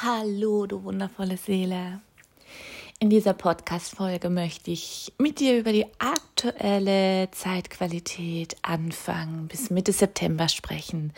Hallo, du wundervolle Seele. In dieser Podcast-Folge möchte ich mit dir über die aktuelle Zeitqualität Anfang bis Mitte September sprechen.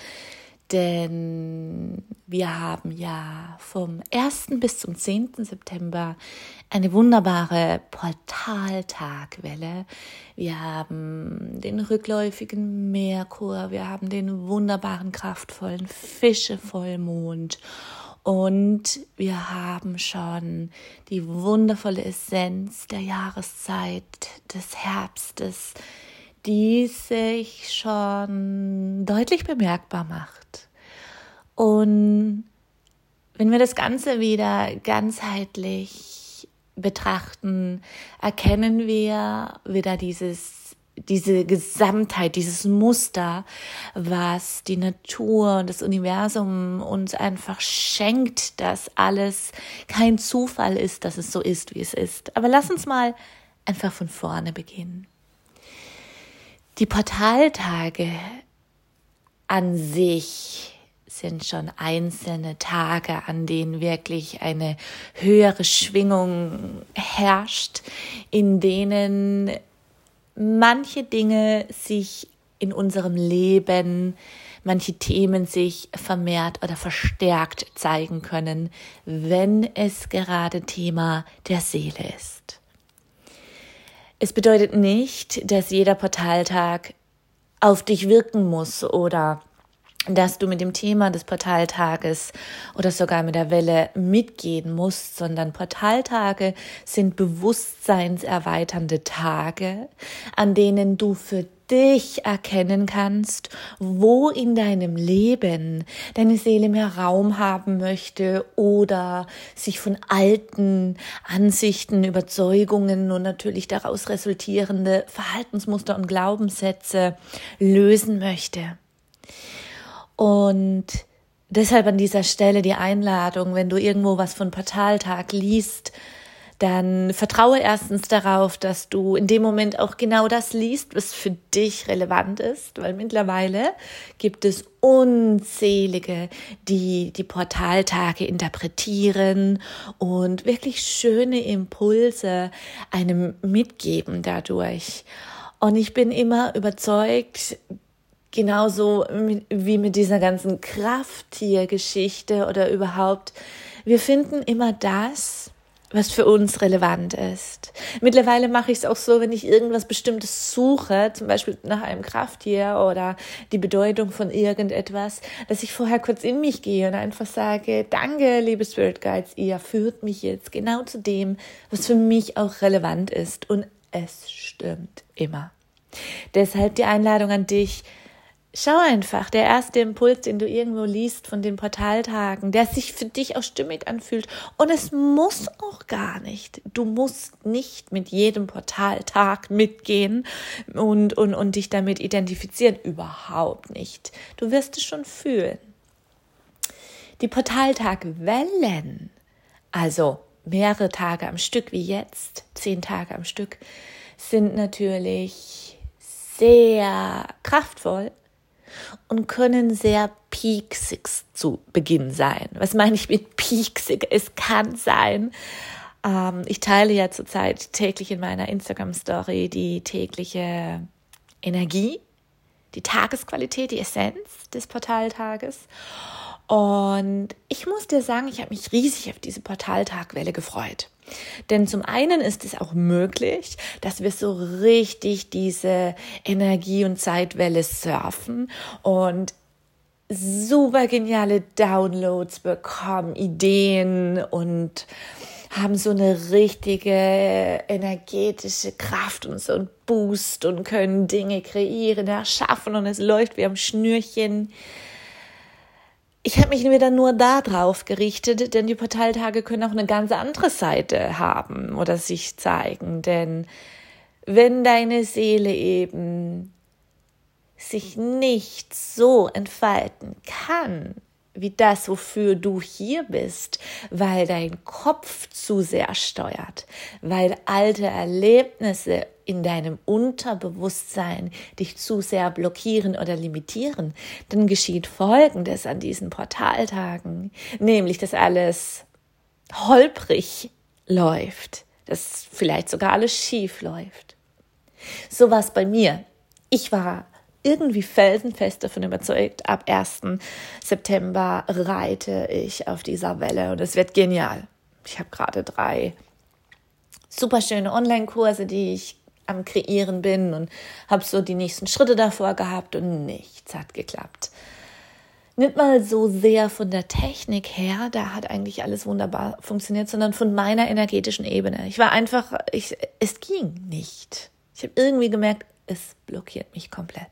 Denn wir haben ja vom 1. bis zum 10. September eine wunderbare Portaltagwelle. Wir haben den rückläufigen Merkur, wir haben den wunderbaren, kraftvollen Fische-Vollmond. Und wir haben schon die wundervolle Essenz der Jahreszeit des Herbstes, die sich schon deutlich bemerkbar macht. Und wenn wir das Ganze wieder ganzheitlich betrachten, erkennen wir wieder diese Gesamtheit, dieses Muster, was die Natur und das Universum uns einfach schenkt, dass alles kein Zufall ist, dass es so ist, wie es ist. Aber lass uns mal einfach von vorne beginnen. Die Portaltage an sich sind schon einzelne Tage, an denen wirklich eine höhere Schwingung herrscht, in denen manche Dinge sich in unserem Leben, manche Themen sich vermehrt oder verstärkt zeigen können, wenn es gerade Thema der Seele ist. Es bedeutet nicht, dass jeder Portaltag auf dich wirken muss oder dass du mit dem Thema des Portaltages oder sogar mit der Welle mitgehen musst, sondern Portaltage sind bewusstseinserweiternde Tage, an denen du für dich erkennen kannst, wo in deinem Leben deine Seele mehr Raum haben möchte oder sich von alten Ansichten, Überzeugungen und natürlich daraus resultierende Verhaltensmuster und Glaubenssätze lösen möchte. Und deshalb an dieser Stelle die Einladung, wenn du irgendwo was von Portaltag liest, dann vertraue erstens darauf, dass du in dem Moment auch genau das liest, was für dich relevant ist, weil mittlerweile gibt es unzählige, die Portaltage interpretieren und wirklich schöne Impulse einem mitgeben dadurch. Und ich bin immer überzeugt, genauso wie mit dieser ganzen Krafttiergeschichte oder überhaupt, wir finden immer das, was für uns relevant ist. Mittlerweile mache ich es auch so, wenn ich irgendwas Bestimmtes suche, zum Beispiel nach einem Krafttier oder die Bedeutung von irgendetwas, dass ich vorher kurz in mich gehe und einfach sage, danke, liebe Spirit Guides, ihr führt mich jetzt genau zu dem, was für mich auch relevant ist. Und es stimmt immer. Deshalb die Einladung an dich, schau einfach, der erste Impuls, den du irgendwo liest von den Portaltagen, der sich für dich auch stimmig anfühlt. Und es muss auch gar nicht. Du musst nicht mit jedem Portaltag mitgehen und dich damit identifizieren. Überhaupt nicht. Du wirst es schon fühlen. Die Portaltagwellen, also mehrere Tage am Stück wie jetzt, 10 Tage am Stück, sind natürlich sehr kraftvoll und können sehr pieksig zu Beginn sein. Was meine ich mit pieksig? Es kann sein, ich teile ja zurzeit täglich in meiner Instagram-Story die tägliche Energie, die Tagesqualität, die Essenz des Portaltages. Und ich muss dir sagen, ich habe mich riesig auf diese Portaltagwelle gefreut. Denn zum einen ist es auch möglich, dass wir so richtig diese Energie- und Zeitwelle surfen und super geniale Downloads bekommen, Ideen und haben so eine richtige energetische Kraft und so einen Boost und können Dinge kreieren, erschaffen und es läuft wie am Schnürchen. Ich habe mich wieder nur da drauf gerichtet, denn die Portaltage können auch eine ganz andere Seite haben oder sich zeigen. Denn wenn deine Seele eben sich nicht so entfalten kann, wie das, wofür du hier bist, weil dein Kopf zu sehr steuert, weil alte Erlebnisse in deinem Unterbewusstsein dich zu sehr blockieren oder limitieren, dann geschieht Folgendes an diesen Portaltagen, nämlich, dass alles holprig läuft, dass vielleicht sogar alles schief läuft. So war es bei mir. Ich war irgendwie felsenfest davon überzeugt, ab 1. September reite ich auf dieser Welle und es wird genial. Ich habe gerade 3 super schöne Online-Kurse, die ich am Kreieren bin und habe so die nächsten Schritte davor gehabt und nichts hat geklappt. Nicht mal so sehr von der Technik her, da hat eigentlich alles wunderbar funktioniert, sondern von meiner energetischen Ebene. Es ging nicht. Ich habe irgendwie gemerkt, es blockiert mich komplett.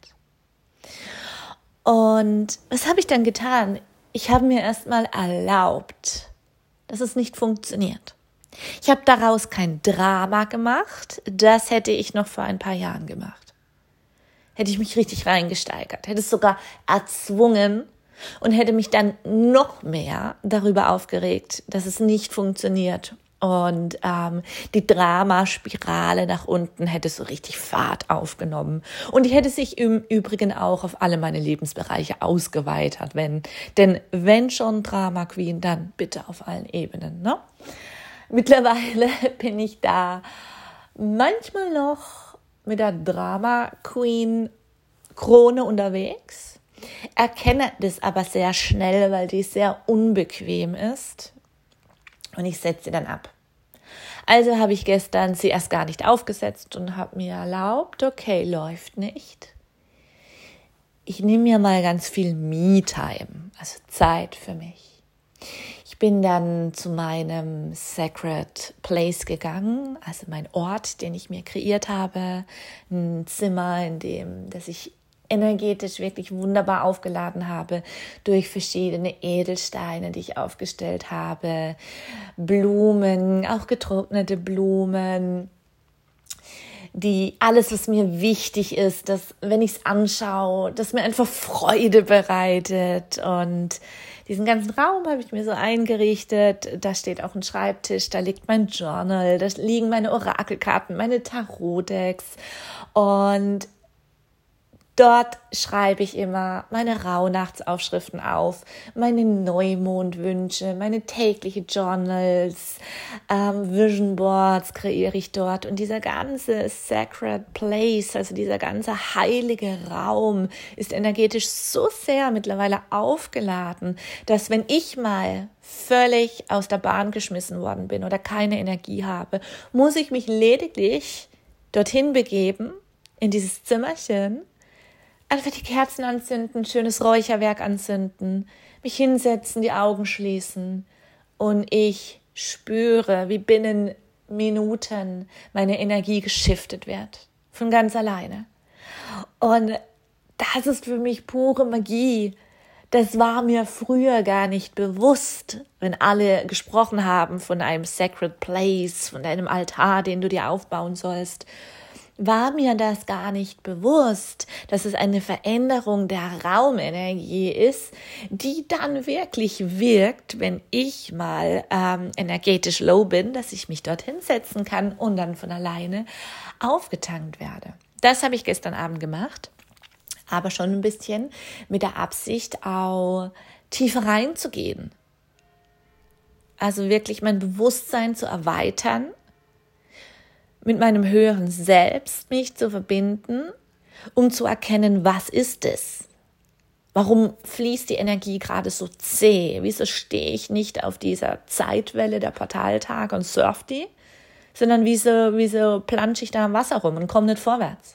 Und was habe ich dann getan? Ich habe mir erstmal erlaubt, dass es nicht funktioniert. Ich habe daraus kein Drama gemacht, das hätte ich noch vor ein paar Jahren gemacht. Hätte ich mich richtig reingesteigert, hätte es sogar erzwungen und hätte mich dann noch mehr darüber aufgeregt, dass es nicht funktioniert. Und die Dramaspirale nach unten hätte so richtig Fahrt aufgenommen. Und die hätte sich im Übrigen auch auf alle meine Lebensbereiche ausgeweitet. Denn wenn schon Drama Queen, dann bitte auf allen Ebenen. Ne? Mittlerweile bin ich da manchmal noch mit der Drama Queen Krone unterwegs. Erkenne das aber sehr schnell, weil die sehr unbequem ist. Und ich setze sie dann ab. Also habe ich gestern sie erst gar nicht aufgesetzt und habe mir erlaubt, okay, läuft nicht. Ich nehme mir mal ganz viel Me-Time, also Zeit für mich. Ich bin dann zu meinem Sacred Place gegangen, also mein Ort, den ich mir kreiert habe, ein Zimmer, das ich energetisch wirklich wunderbar aufgeladen habe durch verschiedene Edelsteine, die ich aufgestellt habe, Blumen, auch getrocknete Blumen, alles, was mir wichtig ist, dass, wenn ich es anschaue, das mir einfach Freude bereitet. Und diesen ganzen Raum habe ich mir so eingerichtet. Da steht auch ein Schreibtisch, da liegt mein Journal, da liegen meine Orakelkarten, meine Tarot-Decks und dort schreibe ich immer meine Rauhnachtsaufschriften auf, meine Neumondwünsche, meine tägliche Journals, Vision Boards kreiere ich dort. Und dieser ganze Sacred Place, also dieser ganze heilige Raum, ist energetisch so sehr mittlerweile aufgeladen, dass wenn ich mal völlig aus der Bahn geschmissen worden bin oder keine Energie habe, muss ich mich lediglich dorthin begeben, in dieses Zimmerchen, einfach die Kerzen anzünden, schönes Räucherwerk anzünden, mich hinsetzen, die Augen schließen und ich spüre, wie binnen Minuten meine Energie geschiftet wird, von ganz alleine. Und das ist für mich pure Magie. Das war mir früher gar nicht bewusst, wenn alle gesprochen haben von einem Sacred Place, von einem Altar, den du dir aufbauen sollst. War mir das gar nicht bewusst, dass es eine Veränderung der Raumenergie ist, die dann wirklich wirkt, wenn ich mal energetisch low bin, dass ich mich dorthin setzen kann und dann von alleine aufgetankt werde. Das habe ich gestern Abend gemacht, aber schon ein bisschen mit der Absicht, auch tiefer reinzugehen. Also wirklich mein Bewusstsein zu erweitern, mit meinem höheren Selbst mich zu verbinden, um zu erkennen, was ist es? Warum fließt die Energie gerade so zäh? Wieso stehe ich nicht auf dieser Zeitwelle der Portaltage und surf die? Sondern wieso plansche ich da am Wasser rum und komme nicht vorwärts?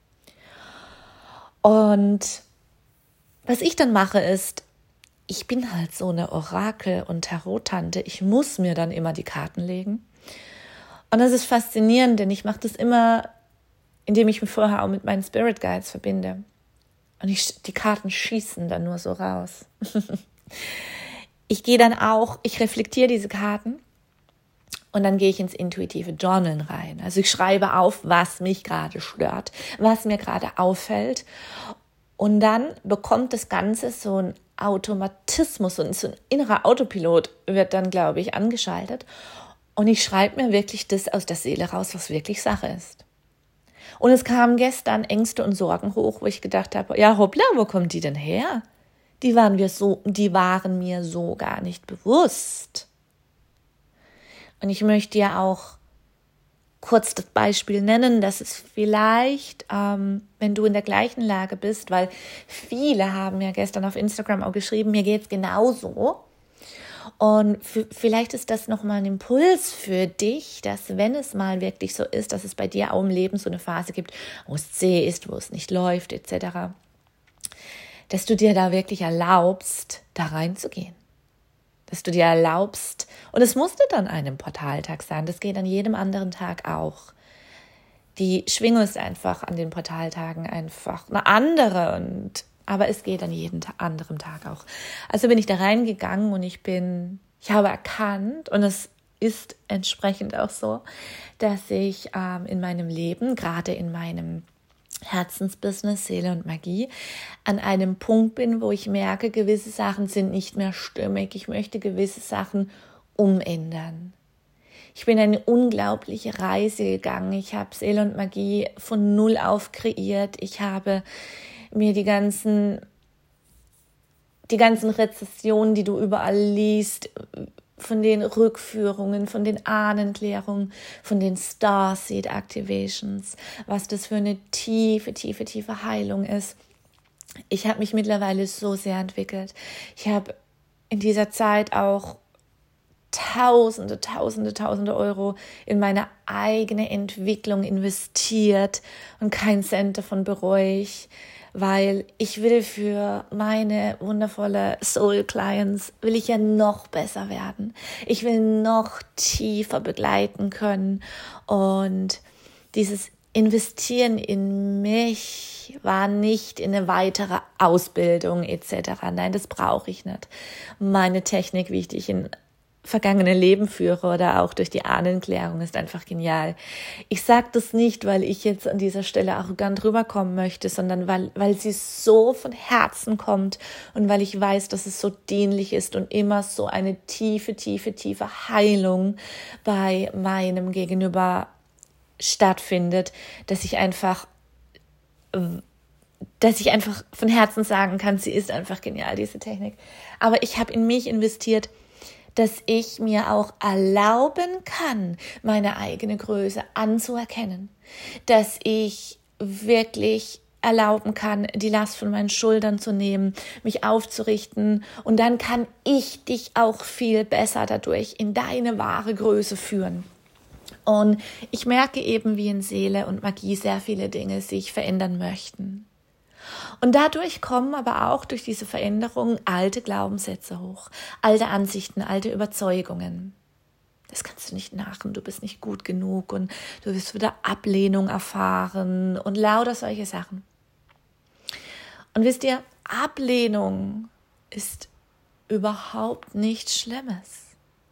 Und was ich dann mache ist, ich bin halt so eine Orakel- und Tarot-Tante, ich muss mir dann immer die Karten legen. Und das ist faszinierend, denn ich mache das immer, indem ich mich vorher auch mit meinen Spirit Guides verbinde. Und die Karten schießen dann nur so raus. Ich reflektiere diese Karten und dann gehe ich ins intuitive Journalen rein. Also ich schreibe auf, was mich gerade stört, was mir gerade auffällt. Und dann bekommt das Ganze so ein Automatismus und so ein innerer Autopilot wird dann, glaube ich, angeschaltet. Und ich schreibe mir wirklich das aus der Seele raus, was wirklich Sache ist. Und es kamen gestern Ängste und Sorgen hoch, wo ich gedacht habe, ja hoppla, wo kommen die denn her? Die waren mir so gar nicht bewusst. Und ich möchte ja auch kurz das Beispiel nennen, dass es vielleicht, wenn du in der gleichen Lage bist, weil viele haben ja gestern auf Instagram auch geschrieben, mir geht's genauso. Und vielleicht ist das nochmal ein Impuls für dich, dass wenn es mal wirklich so ist, dass es bei dir auch im Leben so eine Phase gibt, wo es zäh ist, wo es nicht läuft, etc., dass du dir da wirklich erlaubst, da reinzugehen. Dass du dir erlaubst, und es musste dann einem Portaltag sein, das geht an jedem anderen Tag auch. Die Schwingung ist einfach an den Portaltagen einfach eine andere, aber es geht an jedem anderen Tag auch. Also bin ich da reingegangen und ich habe erkannt, und es ist entsprechend auch so, dass ich in meinem Leben, gerade in meinem Herzensbusiness, Seele und Magie, an einem Punkt bin, wo ich merke, gewisse Sachen sind nicht mehr stimmig. Ich möchte gewisse Sachen umändern. Ich bin eine unglaubliche Reise gegangen. Ich habe Seele und Magie von null auf kreiert. Ich habe mir die ganzen Rezessionen, die du überall liest, von den Rückführungen, von den Ahnenklärungen, von den Starseed Activations, was das für eine tiefe Heilung ist. Ich habe mich mittlerweile so sehr entwickelt. Ich habe in dieser Zeit auch Tausende Euro in meine eigene Entwicklung investiert und keinen Cent davon bereue ich, weil ich will für meine wundervolle Soul Clients, will ich ja noch besser werden. Ich will noch tiefer begleiten können, und dieses Investieren in mich war nicht in eine weitere Ausbildung etc. Nein, das brauche ich nicht. Meine Technik, wie ich dich in vergangene Leben führe oder auch durch die Ahnenklärung, ist einfach genial. Ich sage das nicht, weil ich jetzt an dieser Stelle arrogant rüberkommen möchte, sondern weil sie so von Herzen kommt und weil ich weiß, dass es so dienlich ist und immer so eine tiefe Heilung bei meinem Gegenüber stattfindet, dass ich einfach von Herzen sagen kann, sie ist einfach genial, diese Technik. Aber ich habe in mich investiert, dass ich mir auch erlauben kann, meine eigene Größe anzuerkennen, dass ich wirklich erlauben kann, die Last von meinen Schultern zu nehmen, mich aufzurichten, und dann kann ich dich auch viel besser dadurch in deine wahre Größe führen. Und ich merke eben, wie in Seele und Magie sehr viele Dinge sich verändern möchten. Und dadurch kommen aber auch durch diese Veränderung alte Glaubenssätze hoch, alte Ansichten, alte Überzeugungen. Das kannst du nicht machen, du bist nicht gut genug und du wirst wieder Ablehnung erfahren und lauter solche Sachen. Und wisst ihr, Ablehnung ist überhaupt nichts Schlimmes.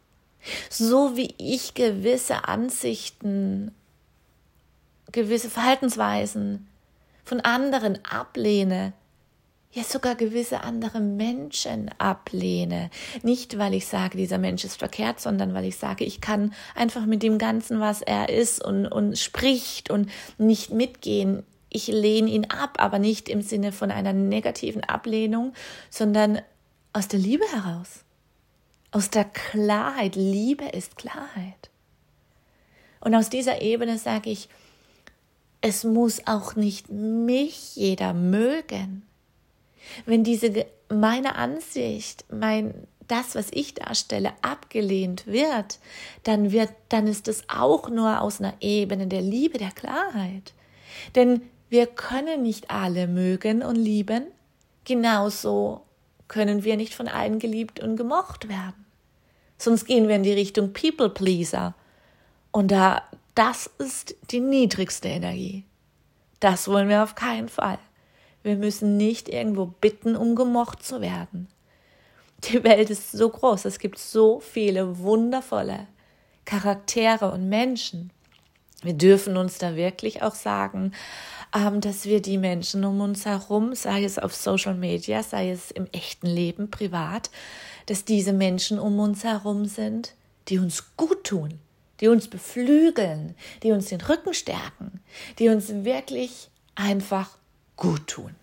So wie ich gewisse Ansichten, gewisse Verhaltensweisen von anderen ablehne, ja sogar gewisse andere Menschen ablehne. Nicht, weil ich sage, dieser Mensch ist verkehrt, sondern weil ich sage, ich kann einfach mit dem Ganzen, was er ist und spricht, und nicht mitgehen. Ich lehne ihn ab, aber nicht im Sinne von einer negativen Ablehnung, sondern aus der Liebe heraus. Aus der Klarheit. Liebe ist Klarheit. Und aus dieser Ebene sage ich, es muss auch nicht mich jeder mögen. Wenn meine Ansicht, das, was ich darstelle, abgelehnt wird, dann ist es auch nur aus einer Ebene der Liebe, der Klarheit. Denn wir können nicht alle mögen und lieben, genauso können wir nicht von allen geliebt und gemocht werden. Sonst gehen wir in die Richtung People Pleaser. Und das ist die niedrigste Energie. Das wollen wir auf keinen Fall. Wir müssen nicht irgendwo bitten, um gemocht zu werden. Die Welt ist so groß, es gibt so viele wundervolle Charaktere und Menschen. Wir dürfen uns da wirklich auch sagen, dass wir die Menschen um uns herum, sei es auf Social Media, sei es im echten Leben, privat, dass diese Menschen um uns herum sind, die uns gut tun, die uns beflügeln, die uns den Rücken stärken, die uns wirklich einfach gut tun.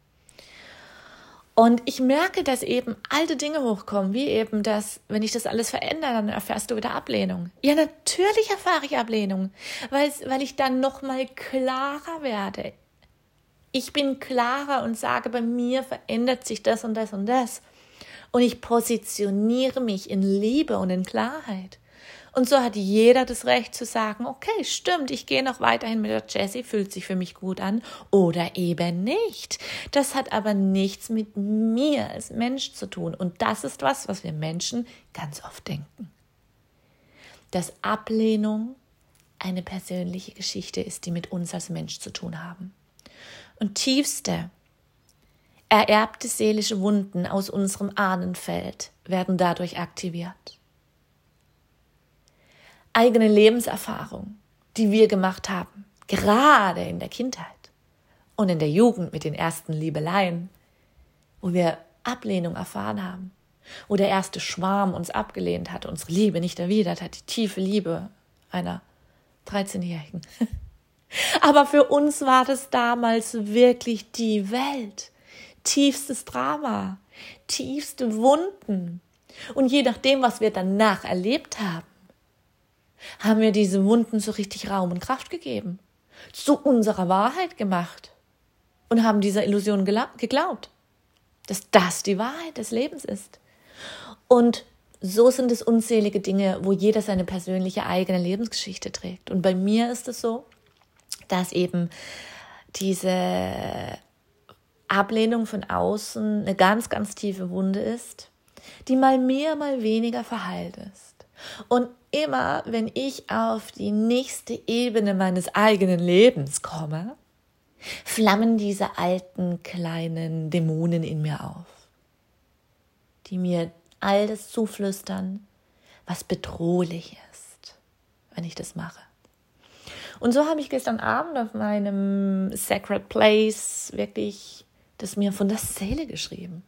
Und ich merke, dass eben alte Dinge hochkommen, wie eben das, wenn ich das alles verändere, dann erfährst du wieder Ablehnung. Ja, natürlich erfahre ich Ablehnung, weil ich dann nochmal klarer werde. Ich bin klarer und sage, bei mir verändert sich das und das und das. Und ich positioniere mich in Liebe und in Klarheit. Und so hat jeder das Recht zu sagen, okay, stimmt, ich gehe noch weiterhin mit der Jessie, fühlt sich für mich gut an oder eben nicht. Das hat aber nichts mit mir als Mensch zu tun. Und das ist was wir Menschen ganz oft denken. Dass Ablehnung eine persönliche Geschichte ist, die mit uns als Mensch zu tun haben. Und tiefste, ererbte seelische Wunden aus unserem Ahnenfeld werden dadurch aktiviert. Eigene Lebenserfahrung, die wir gemacht haben, gerade in der Kindheit und in der Jugend mit den ersten Liebeleien, wo wir Ablehnung erfahren haben, wo der erste Schwarm uns abgelehnt hat, unsere Liebe nicht erwidert hat, die tiefe Liebe einer 13-Jährigen. Aber für uns war das damals wirklich die Welt, tiefstes Drama, tiefste Wunden. Und je nachdem, was wir danach erlebt haben, haben wir diese Wunden so richtig Raum und Kraft gegeben, zu unserer Wahrheit gemacht und haben dieser Illusion geglaubt, dass das die Wahrheit des Lebens ist. Und so sind es unzählige Dinge, wo jeder seine persönliche eigene Lebensgeschichte trägt. Und bei mir ist es so, dass eben diese Ablehnung von außen eine ganz, ganz tiefe Wunde ist, die mal mehr, mal weniger verheilt ist. Und immer, wenn ich auf die nächste Ebene meines eigenen Lebens komme, flammen diese alten kleinen Dämonen in mir auf, die mir all das zuflüstern, was bedrohlich ist, wenn ich das mache. Und so habe ich gestern Abend auf meinem Sacred Place wirklich das mir von der Seele geschrieben.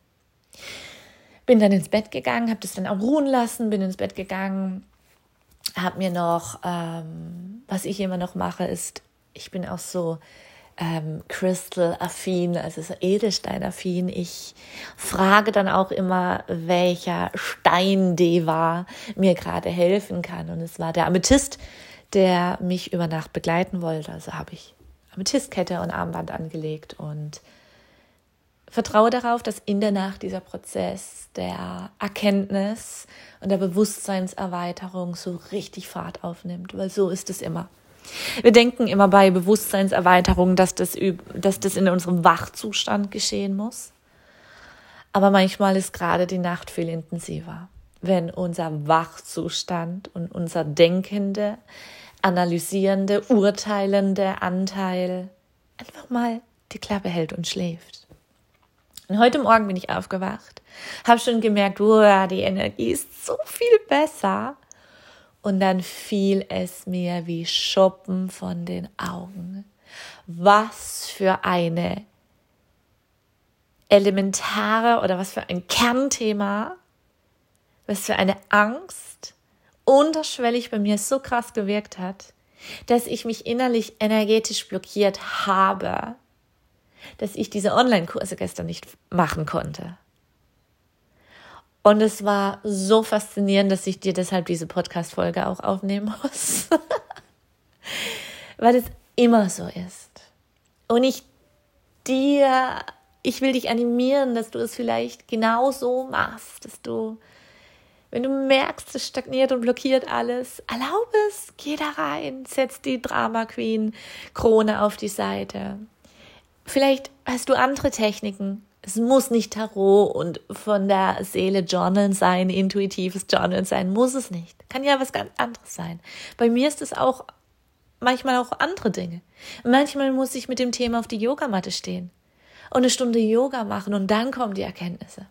Bin dann ins Bett gegangen, habe das dann auch ruhen lassen, bin ins Bett gegangen, habe mir noch, was ich immer noch mache, ist, ich bin auch so Crystal-affin, also so Edelstein-affin. Ich frage dann auch immer, welcher Stein-Deva mir gerade helfen kann. Und es war der Amethyst, der mich über Nacht begleiten wollte. Also habe ich Amethystkette und Armband angelegt und vertraue darauf, dass in der Nacht dieser Prozess der Erkenntnis und der Bewusstseinserweiterung so richtig Fahrt aufnimmt, weil so ist es immer. Wir denken immer bei Bewusstseinserweiterung, dass das in unserem Wachzustand geschehen muss. Aber manchmal ist gerade die Nacht viel intensiver, wenn unser Wachzustand und unser denkende, analysierende, urteilende Anteil einfach mal die Klappe hält und schläft. Und heute Morgen bin ich aufgewacht, habe schon gemerkt, die Energie ist so viel besser. Und dann fiel es mir wie Schuppen von den Augen. Was für eine elementare oder was für ein Kernthema, was für eine Angst unterschwellig bei mir so krass gewirkt hat, dass ich mich innerlich energetisch blockiert habe, dass ich diese Online-Kurse gestern nicht machen konnte. Und es war so faszinierend, dass ich dir deshalb diese Podcast-Folge auch aufnehmen muss. Weil es immer so ist. Und ich will dich animieren, dass du es vielleicht genau so machst, dass du, wenn du merkst, es stagniert und blockiert alles, erlaube es, geh da rein, setz die Drama Queen Krone auf die Seite. Vielleicht hast du andere Techniken. Es muss nicht Tarot und von der Seele Journalen sein, intuitives Journalen sein, muss es nicht. Kann ja was ganz anderes sein. Bei mir ist es auch manchmal auch andere Dinge. Manchmal muss ich mit dem Thema auf die Yogamatte stehen und eine Stunde Yoga machen und dann kommen die Erkenntnisse.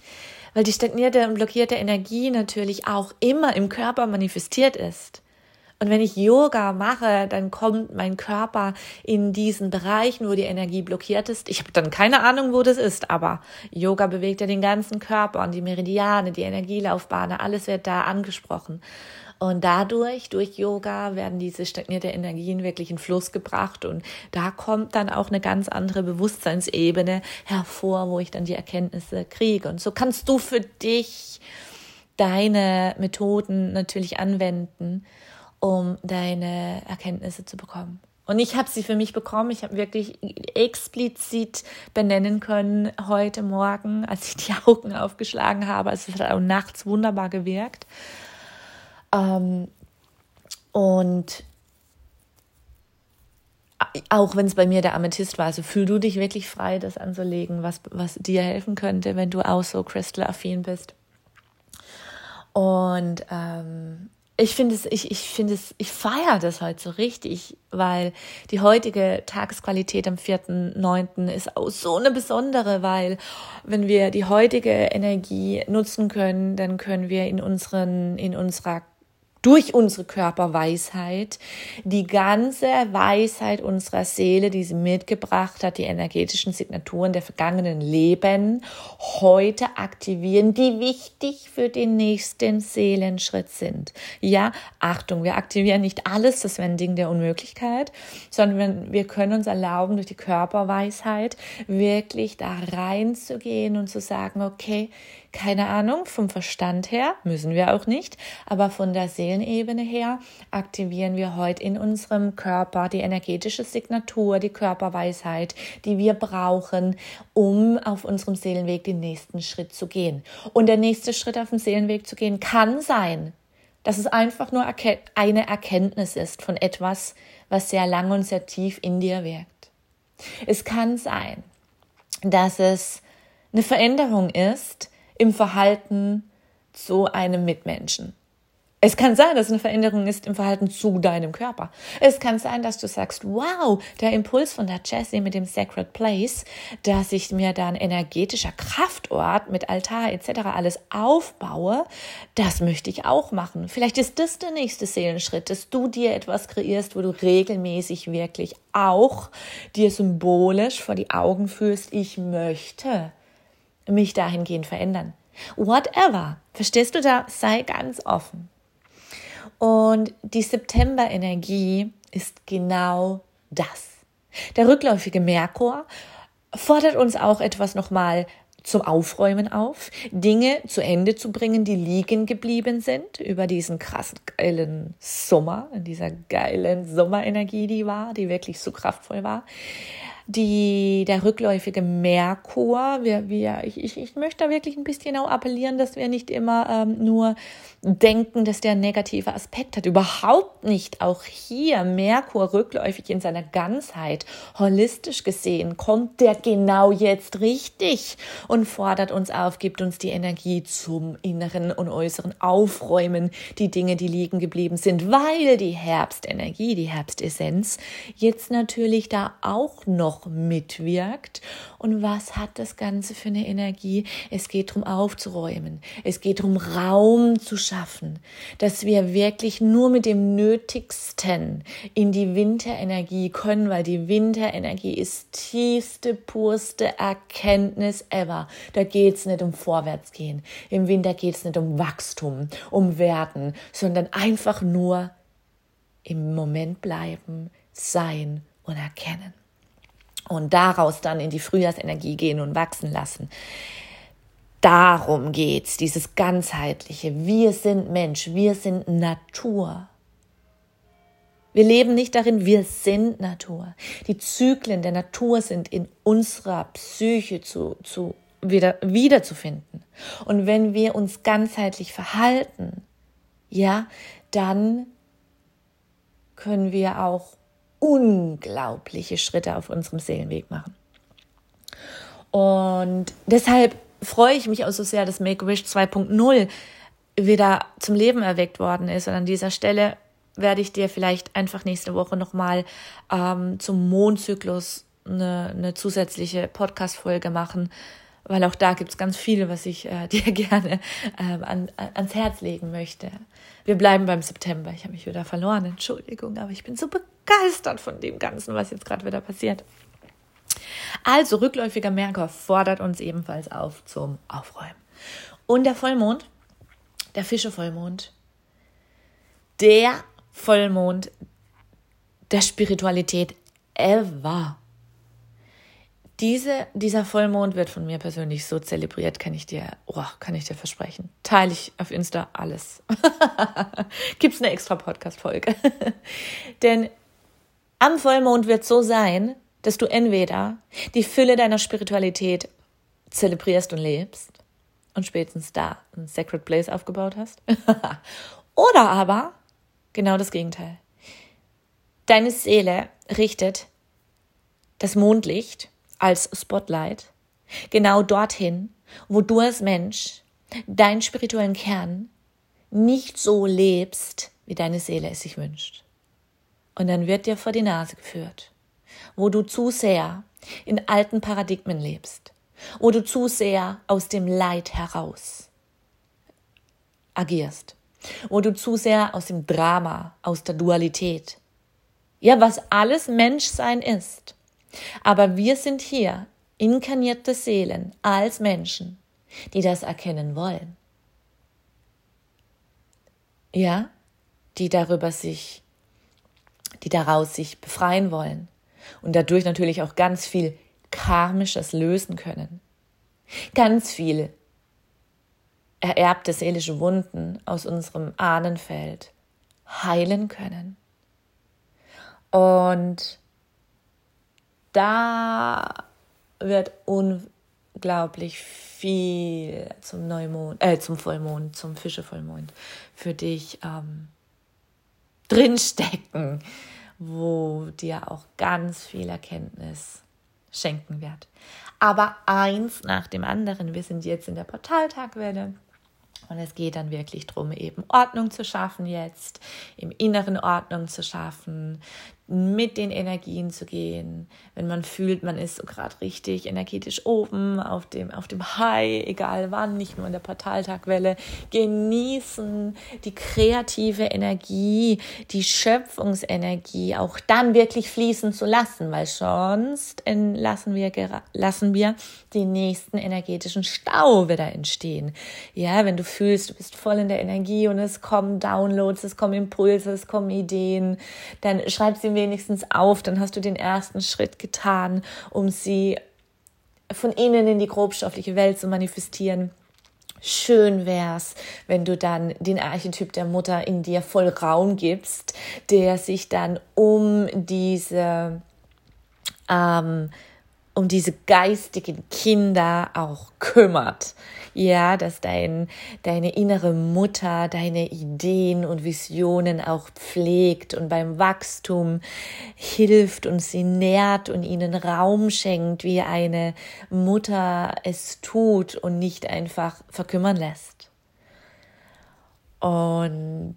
Weil die stagnierte und blockierte Energie natürlich auch immer im Körper manifestiert ist. Und wenn ich Yoga mache, dann kommt mein Körper in diesen Bereichen, wo die Energie blockiert ist. Ich habe dann keine Ahnung, wo das ist, aber Yoga bewegt ja den ganzen Körper und die Meridiane, die Energielaufbahne, alles wird da angesprochen. Und dadurch, durch Yoga, werden diese stagnierte Energien wirklich in Fluss gebracht und da kommt dann auch eine ganz andere Bewusstseinsebene hervor, wo ich dann die Erkenntnisse kriege. Und so kannst du für dich deine Methoden natürlich anwenden, um deine Erkenntnisse zu bekommen. Und ich habe sie für mich bekommen. Ich habe wirklich explizit benennen können heute Morgen, als ich die Augen aufgeschlagen habe. Also es hat auch nachts wunderbar gewirkt. Und auch wenn es bei mir der Amethyst war, also fühl du dich wirklich frei, das anzulegen, was dir helfen könnte, wenn du auch so crystal-affin bist. Und ich feiere das heute so richtig, weil die heutige Tagesqualität am 4.9. ist auch so eine besondere, weil wenn wir die heutige Energie nutzen können, dann können wir durch unsere Körperweisheit die ganze Weisheit unserer Seele, die sie mitgebracht hat, die energetischen Signaturen der vergangenen Leben, heute aktivieren, die wichtig für den nächsten Seelenschritt sind. Ja, Achtung, wir aktivieren nicht alles, das wäre ein Ding der Unmöglichkeit, sondern wir können uns erlauben, durch die Körperweisheit wirklich da reinzugehen und zu sagen, okay, keine Ahnung, vom Verstand her, müssen wir auch nicht, aber von der Seelenebene her aktivieren wir heute in unserem Körper die energetische Signatur, die Körperweisheit, die wir brauchen, um auf unserem Seelenweg den nächsten Schritt zu gehen. Und der nächste Schritt auf dem Seelenweg zu gehen kann sein, dass es einfach nur eine Erkenntnis ist von etwas, was sehr lang und sehr tief in dir wirkt. Es kann sein, dass es eine Veränderung ist, im Verhalten zu einem Mitmenschen. Es kann sein, dass eine Veränderung ist im Verhalten zu deinem Körper. Es kann sein, dass du sagst, wow, der Impuls von der Jessie mit dem Sacred Place, dass ich mir da ein energetischer Kraftort mit Altar etc. alles aufbaue, das möchte ich auch machen. Vielleicht ist das der nächste Seelenschritt, dass du dir etwas kreierst, wo du regelmäßig wirklich auch dir symbolisch vor die Augen führst, ich möchte mich dahingehend verändern. Whatever. Verstehst du da? Sei ganz offen. Und die September-Energie ist genau das. Der rückläufige Merkur fordert uns auch etwas nochmal zum Aufräumen auf, Dinge zu Ende zu bringen, die liegen geblieben sind über diesen krassen, geilen Sommer, dieser geilen Sommerenergie, die wirklich so kraftvoll war. Der rückläufige Merkur, ich möchte da wirklich ein bisschen auch appellieren, dass wir nicht immer nur denken, dass der einen negativen Aspekt hat. Überhaupt nicht. Auch hier Merkur rückläufig in seiner Ganzheit, holistisch gesehen, kommt der genau jetzt richtig und fordert uns auf, gibt uns die Energie zum inneren und äußeren Aufräumen, die Dinge, die liegen geblieben sind, weil die Herbstenergie, die Herbstessenz jetzt natürlich da auch noch mitwirkt. Und was hat das Ganze für eine Energie? Es geht darum aufzuräumen. Es geht darum Raum zu schaffen, dass wir wirklich nur mit dem Nötigsten in die Winterenergie können, weil die Winterenergie ist tiefste, purste Erkenntnis ever. Da geht es nicht um Vorwärtsgehen. Im Winter geht es nicht um Wachstum, um Werden, sondern einfach nur im Moment bleiben, sein und erkennen. Und daraus dann in die Frühjahrsenergie gehen und wachsen lassen. Darum geht's, dieses ganzheitliche. Wir sind Mensch, wir sind Natur. Wir leben nicht darin, wir sind Natur. Die Zyklen der Natur sind in unserer Psyche wiederzufinden. Und wenn wir uns ganzheitlich verhalten, ja, dann können wir auch unglaubliche Schritte auf unserem Seelenweg machen. Und deshalb freue ich mich auch so sehr, dass Make-A-Wish 2.0 wieder zum Leben erweckt worden ist. Und an dieser Stelle werde ich dir vielleicht einfach nächste Woche nochmal zum Mondzyklus eine zusätzliche Podcast-Folge machen, weil auch da gibt es ganz viel, was ich dir gerne ans Herz legen möchte. Wir bleiben beim September. Ich habe mich wieder verloren, Entschuldigung, aber ich bin so begeistert von dem Ganzen, was jetzt gerade wieder passiert. Also, rückläufiger Merkur fordert uns ebenfalls auf zum Aufräumen. Und der Vollmond, der Fische-Vollmond, der Vollmond der Spiritualität ever. Dieser Vollmond wird von mir persönlich so zelebriert, kann ich dir versprechen. Teile ich auf Insta alles. Gibt's eine extra Podcast-Folge. Denn am Vollmond wird so sein, dass du entweder die Fülle deiner Spiritualität zelebrierst und lebst und spätestens da ein Sacred Place aufgebaut hast. Oder aber genau das Gegenteil. Deine Seele richtet das Mondlicht als Spotlight genau dorthin, wo du als Mensch deinen spirituellen Kern nicht so lebst, wie deine Seele es sich wünscht. Und dann wird dir vor die Nase geführt, wo du zu sehr in alten Paradigmen lebst, wo du zu sehr aus dem Leid heraus agierst, wo du zu sehr aus dem Drama, aus der Dualität, ja, was alles Menschsein ist. Aber wir sind hier inkarnierte Seelen als Menschen, die das erkennen wollen. Ja, die daraus sich befreien wollen und dadurch natürlich auch ganz viel Karmisches lösen können. Ganz viel ererbte seelische Wunden aus unserem Ahnenfeld heilen können. Und da wird unglaublich viel zum Vollmond, zum Fische-Vollmond für dich drinstecken, wo dir auch ganz viel Erkenntnis schenken wird. Aber eins nach dem anderen, wir sind jetzt in der Portaltagwelle. Und es geht dann wirklich darum, eben Ordnung zu schaffen jetzt, im Inneren Ordnung zu schaffen, mit den Energien zu gehen. Wenn man fühlt, man ist so gerade richtig energetisch oben, auf dem High, egal wann, nicht nur in der Portaltagwelle, genießen die kreative Energie, die Schöpfungsenergie auch dann wirklich fließen zu lassen, weil sonst lassen wir den nächsten energetischen Stau wieder entstehen. Ja, wenn du fühlst, du bist voll in der Energie und es kommen Downloads, es kommen Impulse, es kommen Ideen, dann schreib sie wenigstens auf, dann hast du den ersten Schritt getan, um sie von innen in die grobstoffliche Welt zu manifestieren. Schön wär's, wenn du dann den Archetyp der Mutter in dir voll Raum gibst, der sich dann um diese geistigen Kinder auch kümmert. Ja, dass deine innere Mutter deine Ideen und Visionen auch pflegt und beim Wachstum hilft und sie nährt und ihnen Raum schenkt, wie eine Mutter es tut und nicht einfach verkümmern lässt. Und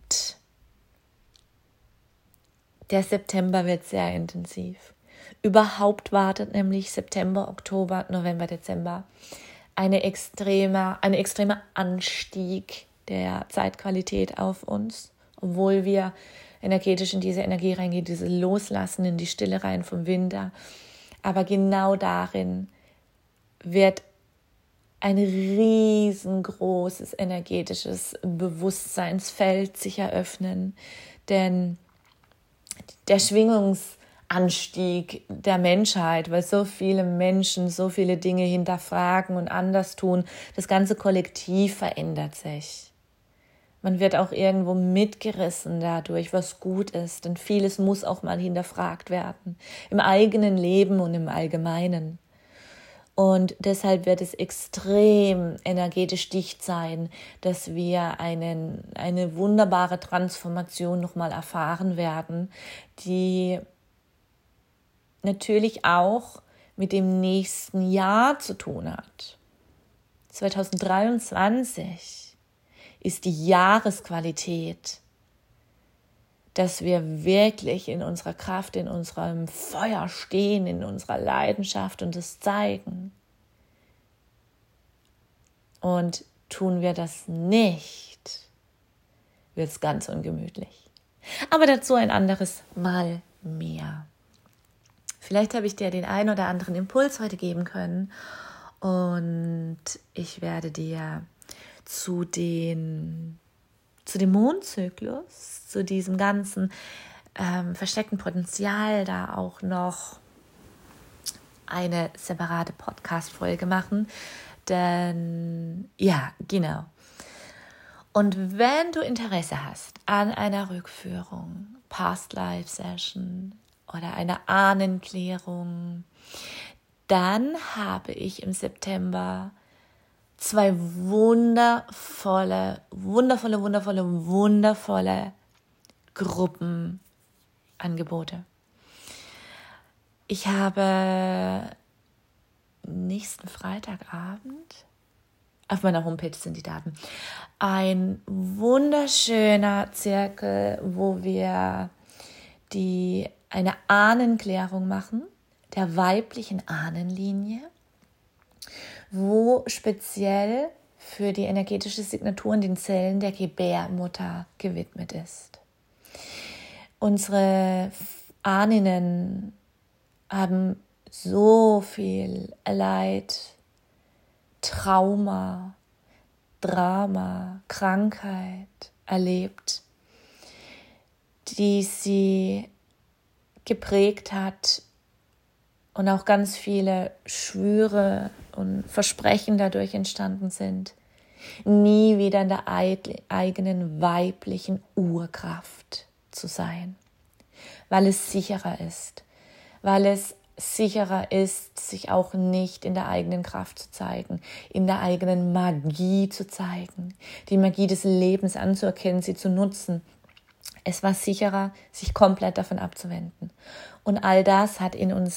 der September wird sehr intensiv. Überhaupt wartet nämlich September, Oktober, November, Dezember ein extremer Anstieg der Zeitqualität auf uns, obwohl wir energetisch in diese Energie reingehen, diese Loslassen in die Stille rein vom Winter. Aber genau darin wird ein riesengroßes energetisches Bewusstseinsfeld sich eröffnen, denn der Schwingungsanstieg der Menschheit, weil so viele Menschen so viele Dinge hinterfragen und anders tun. Das ganze Kollektiv verändert sich. Man wird auch irgendwo mitgerissen dadurch, was gut ist, denn vieles muss auch mal hinterfragt werden, im eigenen Leben und im Allgemeinen. Und deshalb wird es extrem energetisch dicht sein, dass wir eine wunderbare Transformation nochmal erfahren werden, die natürlich auch mit dem nächsten Jahr zu tun hat. 2023 ist die Jahresqualität, dass wir wirklich in unserer Kraft, in unserem Feuer stehen, in unserer Leidenschaft und es zeigen. Und tun wir das nicht, wird es ganz ungemütlich. Aber dazu ein anderes Mal mehr. Vielleicht habe ich dir den einen oder anderen Impuls heute geben können und ich werde dir zu dem Mondzyklus, zu diesem ganzen versteckten Potenzial da auch noch eine separate Podcast-Folge machen, denn ja, genau. Und wenn du Interesse hast an einer Rückführung, Past-Life-Session oder einer Ahnenklärung, dann habe ich im September 2 wundervolle Gruppenangebote. Ich habe nächsten Freitagabend, auf meiner Homepage sind die Daten, ein wunderschöner Zirkel, wo wir eine Ahnenklärung machen, der weiblichen Ahnenlinie, wo speziell für die energetische Signatur in den Zellen der Gebärmutter gewidmet ist. Unsere Ahnen haben so viel Leid, Trauma, Drama, Krankheit erlebt, die sie geprägt hat und auch ganz viele Schwüre und Versprechen dadurch entstanden sind, nie wieder in der eigenen weiblichen Urkraft zu sein, weil es sicherer ist, sich auch nicht in der eigenen Kraft zu zeigen, in der eigenen Magie zu zeigen, die Magie des Lebens anzuerkennen, sie zu nutzen. Es war sicherer, sich komplett davon abzuwenden. Und all das hat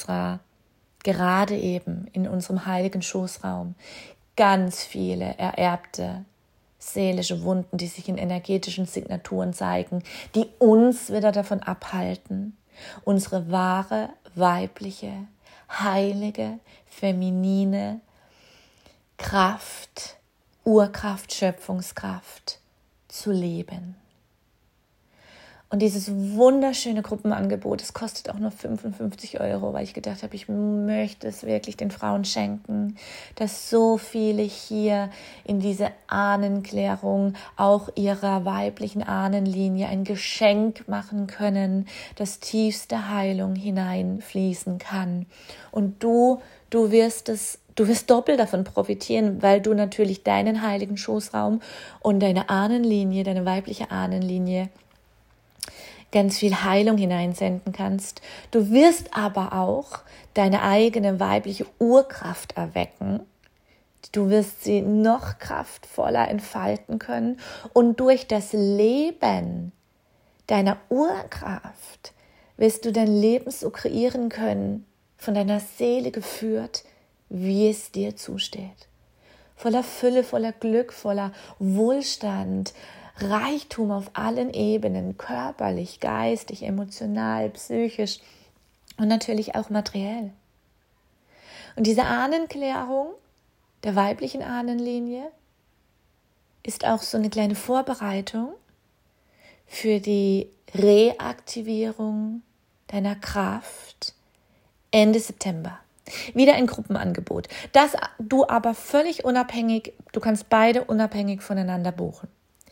gerade eben in unserem heiligen Schoßraum ganz viele ererbte seelische Wunden, die sich in energetischen Signaturen zeigen, die uns wieder davon abhalten, unsere wahre, weibliche, heilige, feminine Kraft, Urkraft, Schöpfungskraft zu leben. Und dieses wunderschöne Gruppenangebot, es kostet auch nur 55 €, weil ich gedacht habe, ich möchte es wirklich den Frauen schenken, dass so viele hier in diese Ahnenklärung auch ihrer weiblichen Ahnenlinie ein Geschenk machen können, dass tiefste Heilung hineinfließen kann. Und du wirst doppelt davon profitieren, weil du natürlich deinen heiligen Schoßraum und deine Ahnenlinie, deine weibliche Ahnenlinie ganz viel Heilung hineinsenden kannst. Du wirst aber auch deine eigene weibliche Urkraft erwecken. Du wirst sie noch kraftvoller entfalten können und durch das Leben deiner Urkraft wirst du dein Leben so kreieren können, von deiner Seele geführt, wie es dir zusteht. Voller Fülle, voller Glück, voller Wohlstand, Reichtum auf allen Ebenen, körperlich, geistig, emotional, psychisch und natürlich auch materiell. Und diese Ahnenklärung der weiblichen Ahnenlinie ist auch so eine kleine Vorbereitung für die Reaktivierung deiner Kraft Ende September. Wieder ein Gruppenangebot, das du aber völlig unabhängig, du kannst beide unabhängig voneinander buchen.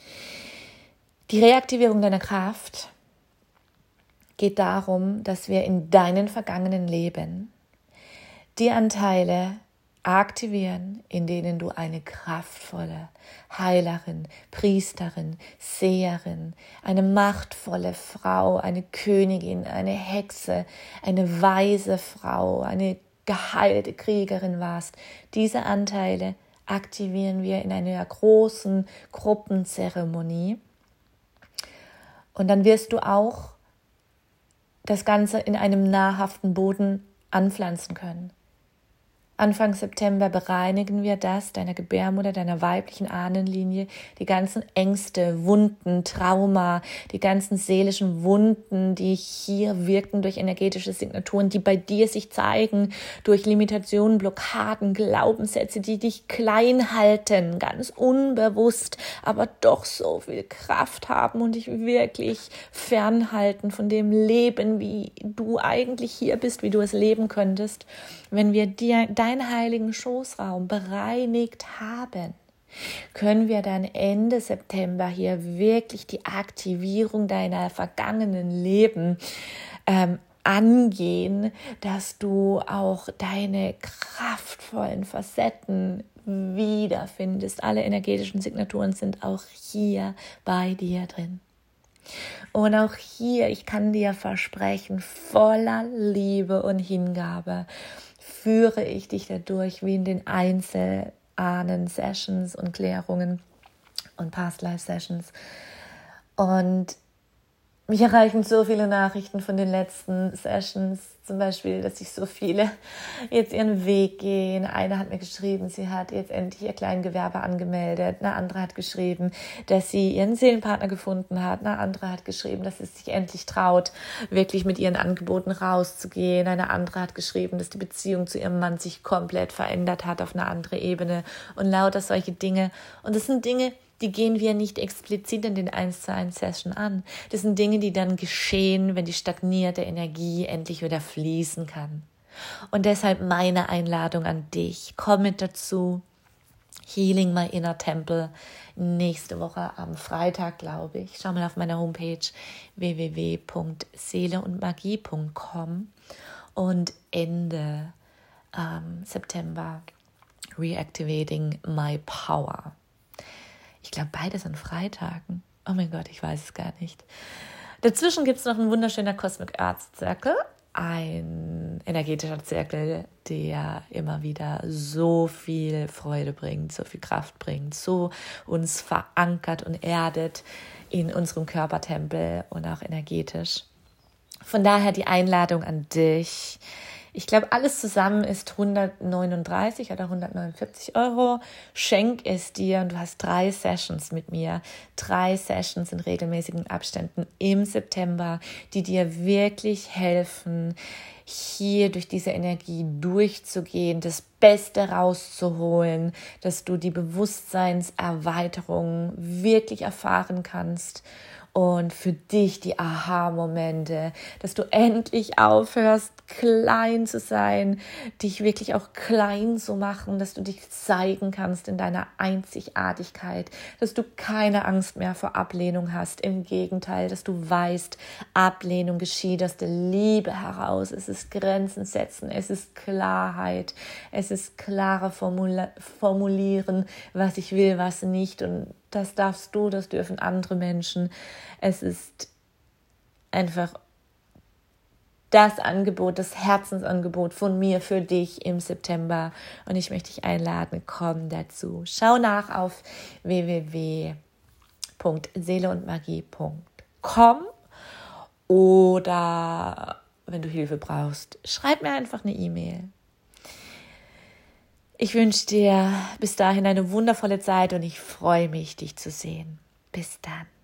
Die Reaktivierung deiner Kraft geht darum, dass wir in deinen vergangenen Leben die Anteile aktivieren, in denen du eine kraftvolle Heilerin, Priesterin, Seherin, eine machtvolle Frau, eine Königin, eine Hexe, eine weise Frau, eine geheilte Kriegerin warst. Diese Anteile aktivieren wir in einer großen Gruppenzeremonie. Und dann wirst du auch das Ganze in einem nahrhaften Boden anpflanzen können. Anfang September bereinigen wir das, deiner Gebärmutter, deiner weiblichen Ahnenlinie, die ganzen Ängste, Wunden, Trauma, die ganzen seelischen Wunden, die hier wirken durch energetische Signaturen, die bei dir sich zeigen, durch Limitationen, Blockaden, Glaubenssätze, die dich klein halten, ganz unbewusst, aber doch so viel Kraft haben und dich wirklich fernhalten von dem Leben, wie du eigentlich hier bist, wie du es leben könntest. Wenn wir dir deinen heiligen Schoßraum bereinigt haben, können wir dann Ende September hier wirklich die Aktivierung deiner vergangenen Leben angehen, dass du auch deine kraftvollen Facetten wiederfindest. Alle energetischen Signaturen sind auch hier bei dir drin. Und auch hier, ich kann dir versprechen, voller Liebe und Hingabe führe ich dich dadurch wie in den Einzelahnen-Sessions und Klärungen und Past-Life-Sessions. Und mich erreichen so viele Nachrichten von den letzten Sessions, zum Beispiel, dass sich so viele jetzt ihren Weg gehen. Eine hat mir geschrieben, sie hat jetzt endlich ihr Kleingewerbe angemeldet. Eine andere hat geschrieben, dass sie ihren Seelenpartner gefunden hat. Eine andere hat geschrieben, dass sie sich endlich traut, wirklich mit ihren Angeboten rauszugehen. Eine andere hat geschrieben, dass die Beziehung zu ihrem Mann sich komplett verändert hat auf eine andere Ebene und lauter solche Dinge. Und das sind Dinge, die gehen wir nicht explizit in den 1:1-Session an. Das sind Dinge, die dann geschehen, wenn die stagnierte Energie endlich wieder fließen kann. Und deshalb meine Einladung an dich. Komm mit dazu. Healing My Inner Temple. Nächste Woche am Freitag, glaube ich. Schau mal auf meiner Homepage www.seeleundmagie.com und Ende September Reactivating My Power. Ich glaube, beides an Freitagen. Oh mein Gott, ich weiß es gar nicht. Dazwischen gibt es noch ein wunderschöner Cosmic Arts Zirkel. Ein energetischer Zirkel, der immer wieder so viel Freude bringt, so viel Kraft bringt, so uns verankert und erdet in unserem Körpertempel und auch energetisch. Von daher die Einladung an dich. Ich glaube, alles zusammen ist 139 oder 149 €. Schenk es dir und du hast 3 Sessions mit mir. 3 Sessions in regelmäßigen Abständen im September, die dir wirklich helfen, hier durch diese Energie durchzugehen, das Beste rauszuholen, dass du die Bewusstseinserweiterung wirklich erfahren kannst. Und für dich die Aha-Momente, dass du endlich aufhörst, klein zu sein, dich wirklich auch klein zu machen, dass du dich zeigen kannst in deiner Einzigartigkeit, dass du keine Angst mehr vor Ablehnung hast. Im Gegenteil, dass du weißt, Ablehnung geschieht aus der Liebe heraus. Es ist Grenzen setzen, es ist Klarheit, es ist klarer formulieren, was ich will, was nicht. Und das darfst du, das dürfen andere Menschen. Es ist einfach das Angebot, das Herzensangebot von mir für dich im September. Und ich möchte dich einladen, komm dazu. Schau nach auf www.seeleundmagie.com oder wenn du Hilfe brauchst, schreib mir einfach eine E-Mail. Ich wünsche dir bis dahin eine wundervolle Zeit und ich freue mich, dich zu sehen. Bis dann.